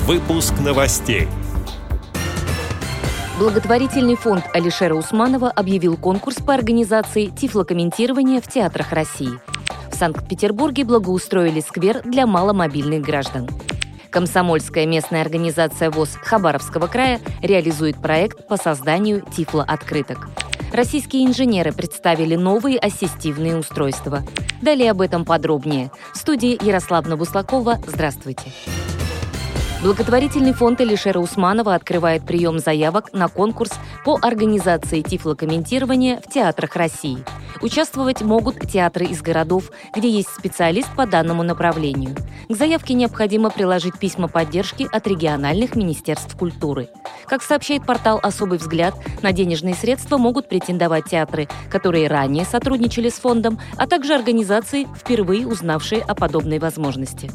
Выпуск новостей. Благотворительный фонд Алишера Усманова объявил конкурс по организации тифлокомментирования в театрах России. В Санкт-Петербурге благоустроили сквер для маломобильных граждан. Комсомольская местная организация ВОС Хабаровского края реализует проект по созданию тифлооткрыток. Российские инженеры представили новые ассистивные устройства. Далее об этом подробнее. В студии Ярославна Буслакова. Здравствуйте. Благотворительный фонд Алишера Усманова открывает прием заявок на конкурс по организации тифлокомментирования в театрах России. Участвовать могут театры из городов, где есть специалист по данному направлению. К заявке необходимо приложить письма поддержки от региональных министерств культуры. Как сообщает портал «Особый взгляд», на денежные средства могут претендовать театры, которые ранее сотрудничали с фондом, а также организации, впервые узнавшие о подобной возможности.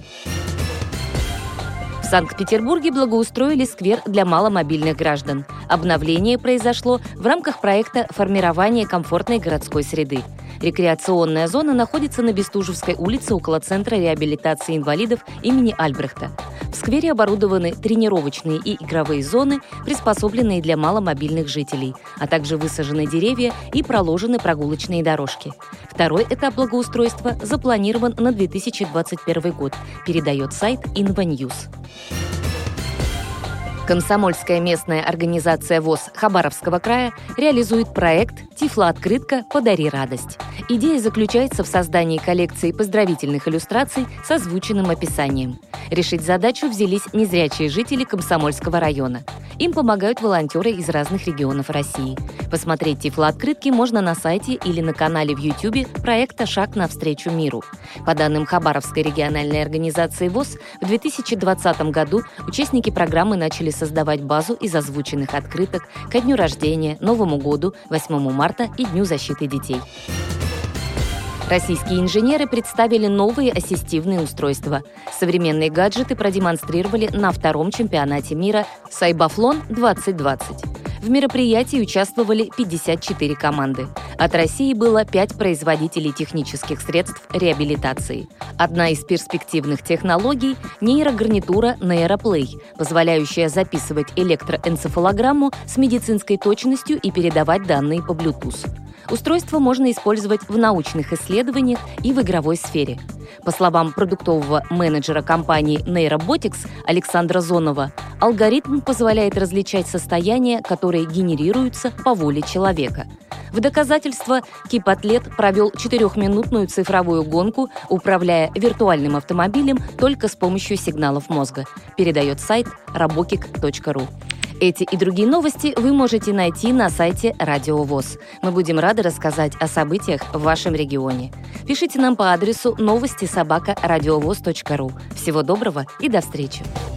В Санкт-Петербурге благоустроили сквер для маломобильных граждан. Обновление произошло в рамках проекта формирования комфортной городской среды. Рекреационная зона находится на Бестужевской улице около Центра реабилитации инвалидов имени Альбрехта. В сквере оборудованы тренировочные и игровые зоны, приспособленные для маломобильных жителей, а также высажены деревья и проложены прогулочные дорожки. Второй этап благоустройства запланирован на 2021 год, передает сайт InvaNews. Комсомольская местная организация ВОС Хабаровского края реализует проект «Тифлооткрытка. Подари радость». Идея заключается в создании коллекции поздравительных иллюстраций с озвученным описанием. Решить задачу взялись незрячие жители Комсомольского района. Им помогают волонтеры из разных регионов России. Посмотреть тифлооткрытки можно на сайте или на канале в YouTube проекта «Шаг навстречу миру». По данным Хабаровской региональной организации ВОС, в 2020 году участники программы начали создавать базу из озвученных открыток ко дню рождения, Новому году, 8 марта и Дню защиты детей. Российские инженеры представили новые ассистивные устройства. Современные гаджеты продемонстрировали на втором чемпионате мира «Сайбафлон-2020». В мероприятии участвовали 54 команды. От России было 5 производителей технических средств реабилитации. Одна из перспективных технологий – нейрогарнитура NeuroPlay, позволяющая записывать электроэнцефалограмму с медицинской точностью и передавать данные по Bluetooth. Устройство можно использовать в научных исследованиях и в игровой сфере. По словам продуктового менеджера компании Neurobotics Александра Зонова, алгоритм позволяет различать состояния, которые генерируются по воле человека. В доказательство киб-атлет провел 4-минутную цифровую гонку, управляя виртуальным автомобилем только с помощью сигналов мозга, передает сайт robokick.ru. Эти и другие новости вы можете найти на сайте Радио ВОС. Мы будем рады рассказать о событиях в вашем регионе. Пишите нам по адресу новости@радиовос.ру. Всего доброго и до встречи!